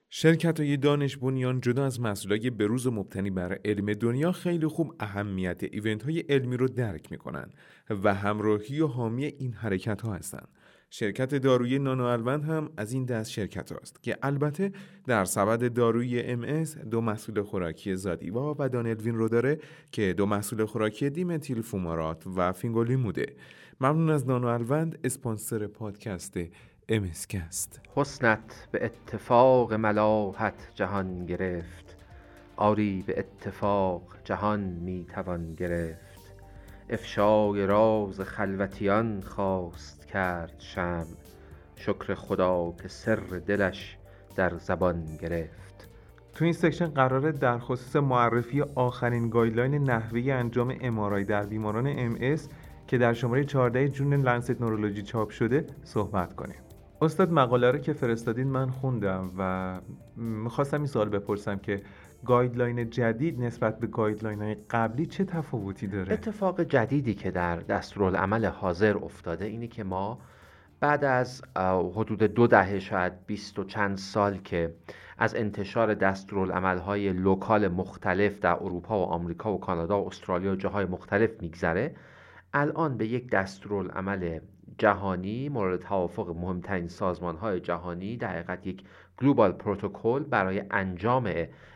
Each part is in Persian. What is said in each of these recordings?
شرکت‌های دانش بنیان جدا از محصولای بروز و مبتنی بر علم دنیا خیلی خوب اهمیت ایونت‌های علمی رو درک می‌کنن و همراهی و حامی این حرکت‌ها هستند. شرکت دارویی نانوالوند هم از این دست شرکت است که البته در سبد دارویی MS دو محصول خوراکی زادیوا و دانلوین رو داره که دو محصول خوراکی دیمتیل فومارات و فینگولیموده. ممنون از نانوالوند اسپانسر پادکست MScast. حسنت به اتفاق ملاحت جهان گرفت، آری به اتفاق جهان میتوان گرفت. افشای راز خلوتیان خواست کرد شمع، شکر خدا که سر دلش در زبان گرفت. تو این سکشن قراره در خصوص معرفی آخرین گایدلاین نحوه انجام MRI در بیماران MS که در شماره 14 جون لنست نورولوژی چاپ شده صحبت کنیم. استاد مقاله رو که فرستادین من خوندم و میخواستم این سوال بپرسم که گایدلاین جدید نسبت به گایدلاین قبلی چه تفاوتی داره؟ اتفاق جدیدی که در دستورالعمل حاضر افتاده اینه که ما بعد از حدود 2 دهه شاید 20 و چند سال که از انتشار دستورالعمل‌های لوکال مختلف در اروپا و آمریکا و کانادا و استرالیا و جاهای مختلف میگذره، الان به یک دستورالعمل جهانی مورد توافق مهمترین سازمان‌های جهانی، در حقیقت یک گلوبال پروتکل برای انجام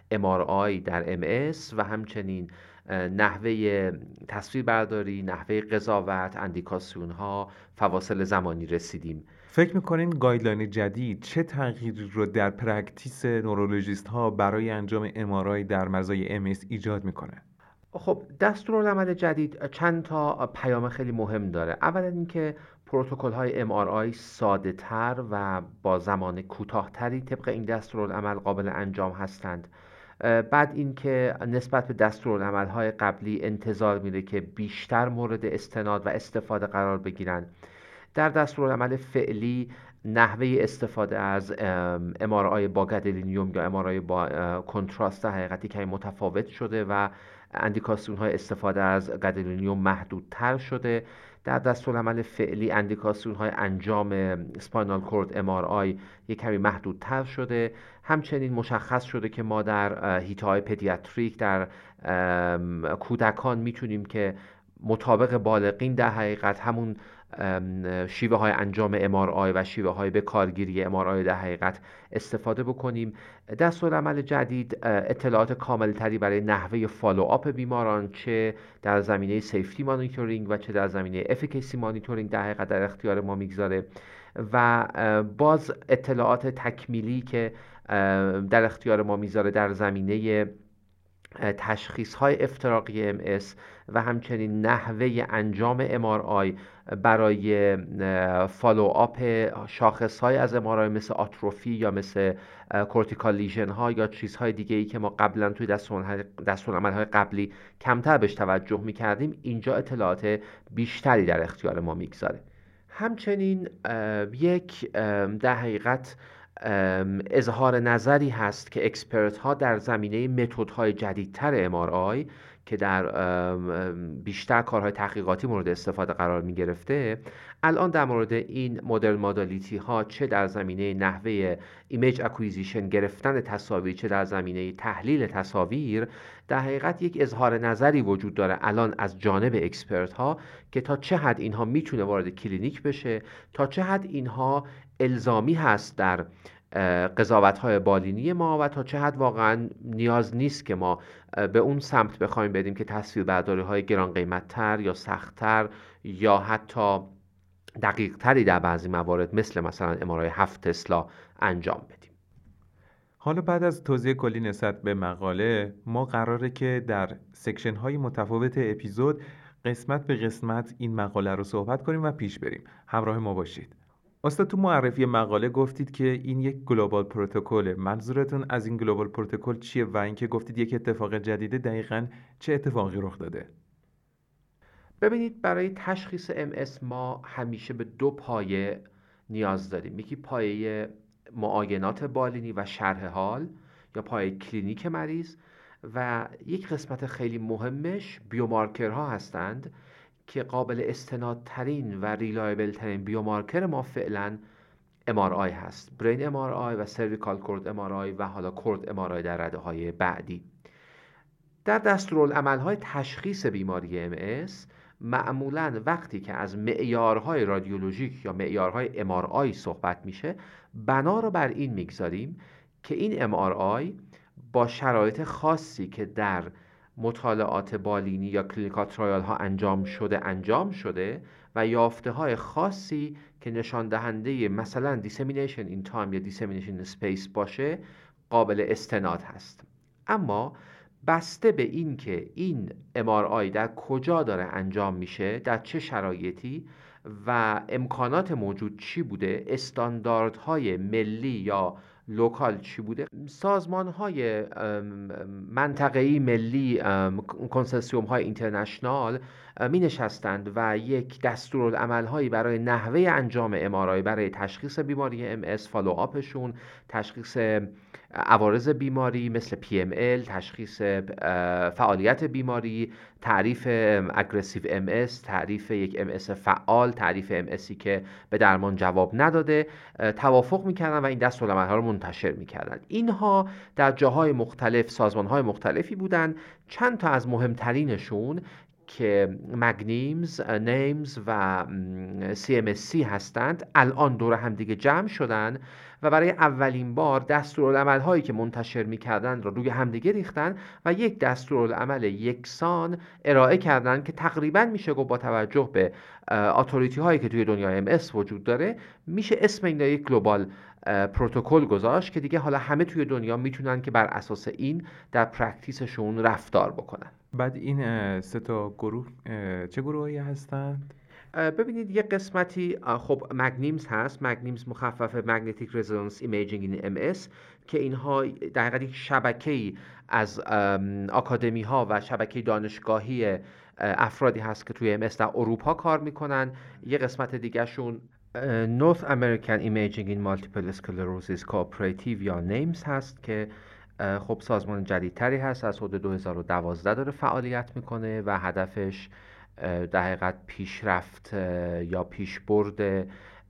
MRI در MS و همچنین نحوه تصویربرداری، نحوه قضاوت، اندیکاسیون ها، فواصل زمانی رسیدیم. فکر میکنین گایدلاین جدید چه تغییری رو در پرکتیس نورولوژیست ها برای انجام MRI در مزای MS ایجاد میکنه؟ خب دستورالعمل جدید چند تا پیام خیلی مهم داره. اولا اینکه پروتکل های MRI ساده تر و با زمان کوتاه‌تری طبق این دستورالعمل قابل انجام هستند. بعد اینکه نسبت به دستورالعمل‌های قبلی انتظار میره که بیشتر مورد استناد و استفاده قرار بگیرن. در دستورالعمل فعلی نحوه استفاده از MRI با گدلینیوم یا MRI با کنتراست حقیقتی کمی متفاوت شده و اندیکاسیون های استفاده از گدلینیوم محدودتر شده. در دستورالعمل فعلی اندیکاسیون های انجام اسپاینال کورد MRI یک کمی محدودتر شده. همچنین مشخص شده که ما در هیته های پدیاتریک در کودکان میتونیم که مطابق بالغین در حقیقت همون شیوه های انجام MRI و شیوه های به کارگیری MRI در حقیقت استفاده بکنیم. دستورالعمل جدید اطلاعات کامل تری برای نحوه فالوآپ بیماران چه در زمینه سیفتی مانیتورینگ و چه در زمینه افیکیسی مانیتورینگ در حقیقت در اختیار ما میگذاره و باز اطلاعات تکمیلی که در اختیار ما میذاره در زمینه تشخیص های افتراقی MS و همچنین نحوه انجام MRI برای فالوآپ شاخص های از MRI مثل آتروفی یا مثل کورتیکال لیژن ها یا چیزهای دیگه ای که ما قبلا توی دستورالعمل های قبلی کمتر بهش توجه میکردیم، اینجا اطلاعات بیشتری در اختیار ما میگذاره. همچنین یک در حقیقت اظهار نظری هست که اکسپرت ها در زمینه متدهای جدیدتر MRI که در بیشتر کارهای تحقیقاتی مورد استفاده قرار می گرفته، الان در مورد این مدرن مودالیتی ها چه در زمینه نحوه ایمیج اکویزیشن گرفتن تصاویر چه در زمینه تحلیل تصاویر در حقیقت یک اظهار نظری وجود داره الان از جانب اکسپرت ها که تا چه حد اینها میتونه وارد کلینیک بشه، تا چه حد اینها الزامی هست در قضاوت‌های بالینی ما و تا چه حد واقعا نیاز نیست که ما به اون سمت بخوایم بدیم که تصویربرداری‌های گران قیمت‌تر یا سخت‌تر یا حتی دقیق‌تری در بعضی موارد مثلا MRI 7 تسلا انجام بدیم. حالا بعد از توضیح کلی نسبت به مقاله ما قراره که در سکشن های متفاوت اپیزود قسمت به قسمت این مقاله رو صحبت کنیم و پیش بریم. همراه ما باشید. استاد تو معرفی مقاله گفتید که این یک گلوبال پروتکله. منظورتون از این گلوبال پروتکل چیه و اینکه گفتید یک اتفاق جدیده، دقیقاً چه اتفاقی رخ داده؟ ببینید برای تشخیص MS ما همیشه به 2 پایه نیاز داریم. یکی پایه معاینات بالینی و شرح حال یا پایه کلینیک مریض و یک قسمت خیلی مهمش بیومارکرها هستند که قابل استنادترین و ریلایبل ترین بیومارکر ما فعلا MRI هست، برین MRI و سرویکال کورد MRI و حالا کورد MRI در رده‌های بعدی. در دستورالعمل‌های تشخیص بیماری MS معمولاً وقتی که از معیارهای رادیولوژیک یا معیارهای MRI صحبت میشه، بنا رو بر این میگذاریم که این MRI با شرایط خاصی که در مطالعات بالینی یا کلینیکال ترایال ها انجام شده و یافته های خاصی که نشان دهنده مثلا دیسمینیشن این تایم یا دیسمینیشن اسپیس باشه قابل استناد هست. اما بسته به این که این MRI در کجا داره انجام میشه، در چه شرایطی و امکانات موجود چی بوده، استانداردهای ملی یا لوکال چی بوده، سازمان‌های منطقه‌ای، ملی، کنسورسیوم‌های اینترنشنال می نشستند و یک دستورالعمل‌هایی برای نحوه انجام MRI برای تشخیص بیماری MS، فالوآپشون، تشخیص عوارض بیماری مثل PML، تشخیص فعالیت بیماری، تعریف اگریسیو MS، تعریف یک MS فعال، تعریف MSی که به درمان جواب نداده، توافق میکردن و این دستورالعمل‌ها رو منتشر میکردن. اینها در جاهای مختلف سازمان‌های مختلفی بودن. چند تا از مهمترینشون که مگنیمز، نیمز و CMSC هستند الان دور هم دیگه جمع شدن و برای اولین بار دستورالعمل‌هایی که منتشر می‌کردن رو روی همدیگه ریختن و یک دستورالعمل یکسان ارائه کردن که تقریباً میشه گفت با توجه به اتوریتی هایی که توی دنیای MS وجود داره میشه اسم این یک گلوبال پروتکل گذاشت که دیگه حالا همه توی دنیا میتونن که بر اساس این در پرکتیسشون رفتار بکنن. بعد این سه تا گروه چه گروهایی هستند؟ ببینید یه قسمتی خب مگنیمز هست، مگنیمز مخفف مگنتیک رزونانس ایمیجینگ این MS که اینها در حقیقت یک شبکه‌ای از آکادمی ها و شبکه دانشگاهی افرادی هست که توی MS در اروپا کار میکنن. یه قسمت دیگه شون North American Imaging in Multiple Sclerosis Cooperative یا نیمز هست که خب سازمان جدیدتری هست، از حدود 2012 داره فعالیت میکنه و هدفش در حقیقت پیشرفت یا پیشبرد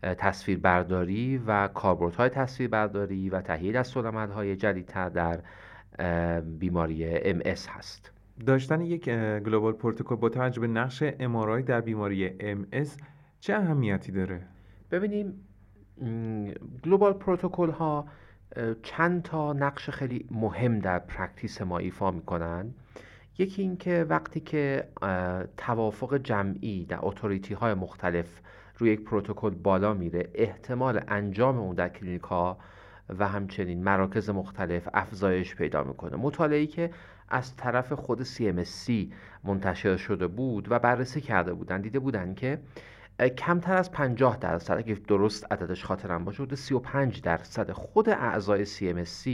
تصویربرداری و کاربردهای تصویربرداری و تهیه دستورالعمل‌های جدیدتر در بیماری MS هست. داشتن یک گلوبال پروتکل با توجه به نقش MRI در بیماری MS چه اهمیتی داره؟ ببینیم گلوبال پروتکل ها چند تا نقش خیلی مهم در پرکتیس ما ایفا میکنن. یکی این که وقتی که توافق جمعی در اتوریتی های مختلف روی یک پروتکل بالا میره، احتمال انجام اون در کلینیک ها و همچنین مراکز مختلف افزایش پیدا میکنه. مطالعه‌ای که از طرف خود CMSC منتشر شده بود و بررسی کرده بودن دیده بودن که کمتر از 50%، اگه درست عددش خاطرم باشه، حدود 35% خود اعضای CMSC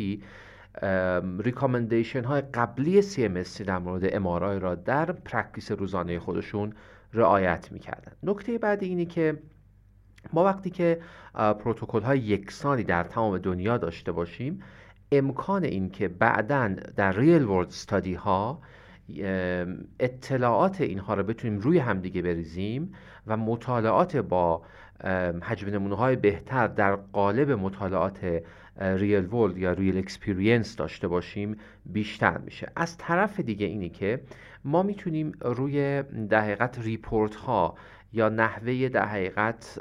ریکامندیشن های قبلی CMSC در مورد MRI را در پرکتیس روزانه خودشون رعایت میکردن. نکته بعدی اینه که ما وقتی که پروتکل های یکسانی در تمام دنیا داشته باشیم، امکان این که بعداً در ریل ورلد استادی ها اطلاعات اینها رو بتونیم روی همدیگه بریزیم و مطالعات با حجم نمونه‌های بهتر در قالب مطالعات ریل ورلد یا ریل اکسپریانس داشته باشیم بیشتر میشه. از طرف دیگه اینی که ما میتونیم روی در حقیقت ریپورت ها یا نحوه در حقیقت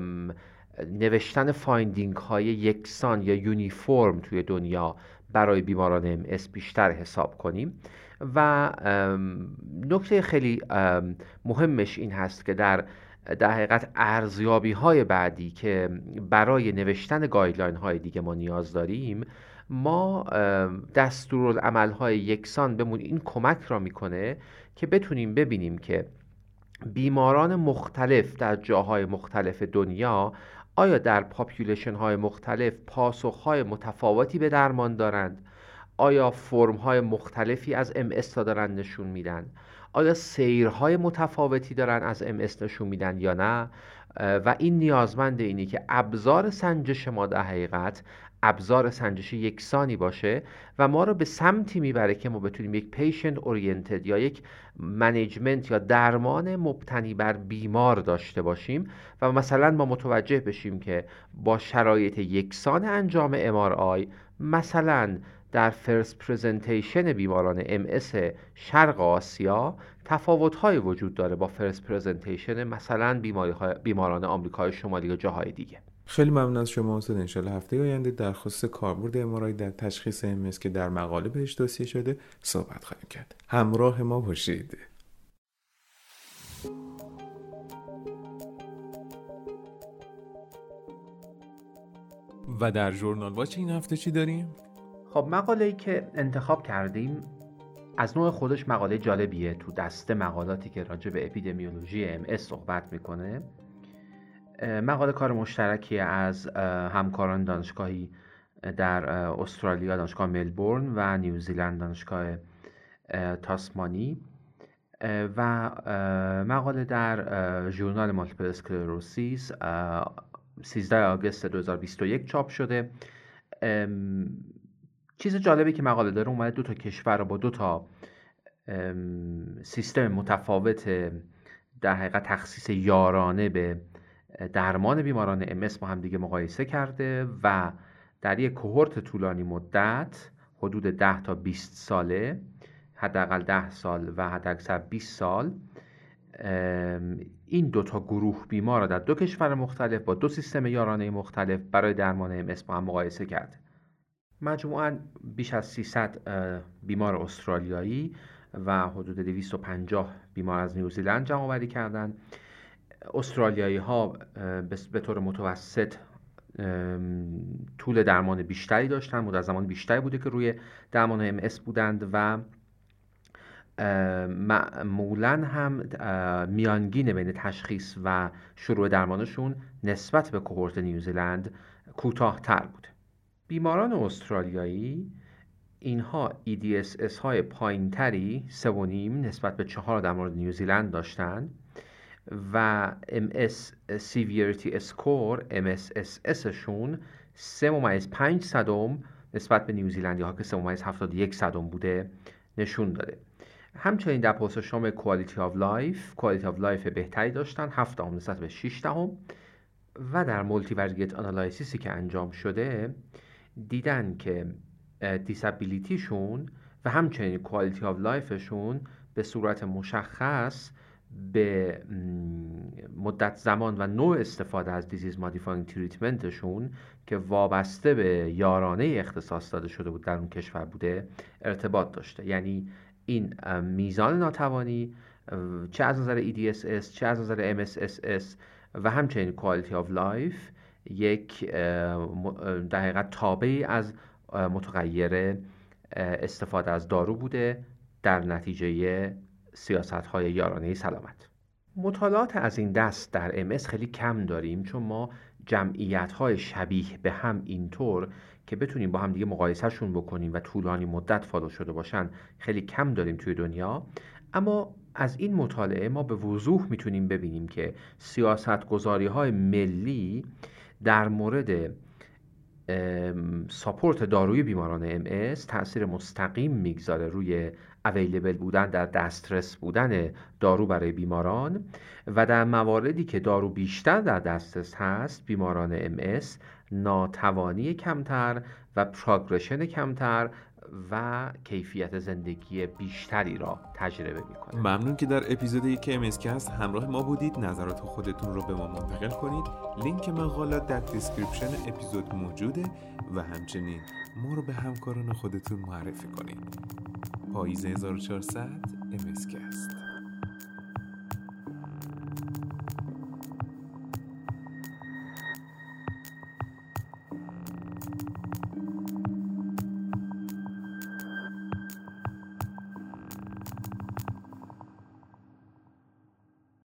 نوشتن فایندینگ های یکسان یا یونیفرم توی دنیا برای بیماران MS بیشتر حساب کنیم. و نکته خیلی مهمش این هست که در حقیقت ارزیابی های بعدی که برای نوشتن گایدلاین های دیگه ما نیاز داریم، ما دستورالعمل های یکسان بهمون این کمک را میکنه که بتونیم ببینیم که بیماران مختلف در جاهای مختلف دنیا آیا در پاپولیشن های مختلف پاسخ های متفاوتی به درمان دارند، آیا فرم‌های مختلفی از MS دارن نشون میدن، آیا سیرهای متفاوتی دارن از MS نشون میدن یا نه، و این نیازمند اینه که ابزار سنجش ما در حقیقت ابزار سنجش یکسانی باشه و ما رو به سمتی میبره که ما بتونیم یک پیشنت اورینتد یا یک منیجمنت یا درمان مبتنی بر بیمار داشته باشیم و مثلا ما متوجه بشیم که با شرایط یکسان انجام MRI مثلا در فرست پرزنتیشن بیماران MS شرق آسیا تفاوت‌های وجود داره با فرست پرزنتیشن مثلا بیماران آمریکای شمالی و جاهای دیگه. خیلی ممنون از شما استاد. انشالله هفته آینده در خصوص کاربرد MRI در تشخیص MS که در مقاله بهش توصیه شده صحبت خواهیم کرد. همراه ما باشید. و در ژورنال واچ این هفته چی داریم؟ خب مقاله‌ای که انتخاب کردیم از نوع خودش مقاله جالبیه، تو دسته مقالاتی که راجع به اپیدمیولوژی MS صحبت میکنه. مقاله کار مشترکی از همکاران دانشگاهی در استرالیا، دانشگاه ملبورن و نیوزیلند، دانشگاه تاسمانی، و مقاله در ژورنال مالتیپل اسکلروسیس 13 آگوست 2021 چاپ شده. چیز جالبی که مقاله داره، اومده دو تا کشور رو با دو تا سیستم متفاوت در حقیقت تخصیص یارانه به درمان بیماران MS با هم دیگه مقایسه کرده و در یک کوهورت طولانی مدت حدود 10 تا 20 ساله، حداقل 10 سال و حداکثر 20 سال، این دو تا گروه بیمار را در دو کشور مختلف با دو سیستم یارانه مختلف برای درمان MS با هم مقایسه کرده. مجموعاً بیش از 300 بیمار استرالیایی و حدود 250 بیمار از نیوزیلند جمع آوری کردند. استرالیایی ها به طور متوسط طول درمان بیشتری داشتن، مدت زمان بیشتری بوده که روی درمان MS بودند و معمولاً هم میانگین بین تشخیص و شروع درمانشون نسبت به کوهورت نیوزیلند کوتاه‌تر بوده. بیماران استرالیایی اینها EDSS های پایین‌تری 3.5 نسبت به 4 در مورد نیوزیلند داشتند و MS Severity Score MSSS شون 3.5 نسبت به نیوزیلندی ها که 3.71 بوده نشون داده. همچنین در پرسشنامه Quality of Life بهتری داشتن، 7 نسبت به 6 و در مولتی وریگیت آنالایسیسی که انجام شده دیدن که دیسابیلیتیشون و همچنین Quality of Lifeشون به صورت مشخص به مدت زمان و نوع استفاده از دیزیز مادیفاینگ تریتمنتشون که وابسته به یارانه اختصاص داده شده بود در اون کشور بوده ارتباط داشته. یعنی این میزان ناتوانی چه از نظر EDSS چه از نظر MSSS و همچنین Quality of Life یک در حقیقت تابعی از متغیر استفاده از دارو بوده در نتیجه سیاست‌های یارانه سلامت. مطالعات از این دست در MS خیلی کم داریم، چون ما جمعیت‌های شبیه به هم اینطور که بتونیم با هم دیگه مقایسه‌شون بکنیم و طولانی مدت فالو شده باشن خیلی کم داریم توی دنیا. اما از این مطالعه ما به وضوح میتونیم ببینیم که سیاست‌گذاری‌های ملی در مورد ساپورت دارویی بیماران MS تأثیر مستقیم میگذاره روی اویلیبل بودن، در دسترس بودن دارو برای بیماران و در مواردی که دارو بیشتر در دسترس هست بیماران MS ناتوانی کمتر و پروگرشن کمتر و کیفیت زندگی بیشتری را تجربه میکنه. ممنون که در اپیزود 1 MScast همراه ما بودید. نظرات خودتون رو به ما منتقل کنید. لینک مقالات در دیسکریپشن اپیزود موجوده و همچنین ما رو به همکاران خودتون معرفی کنید. پاییز 1400 MScast.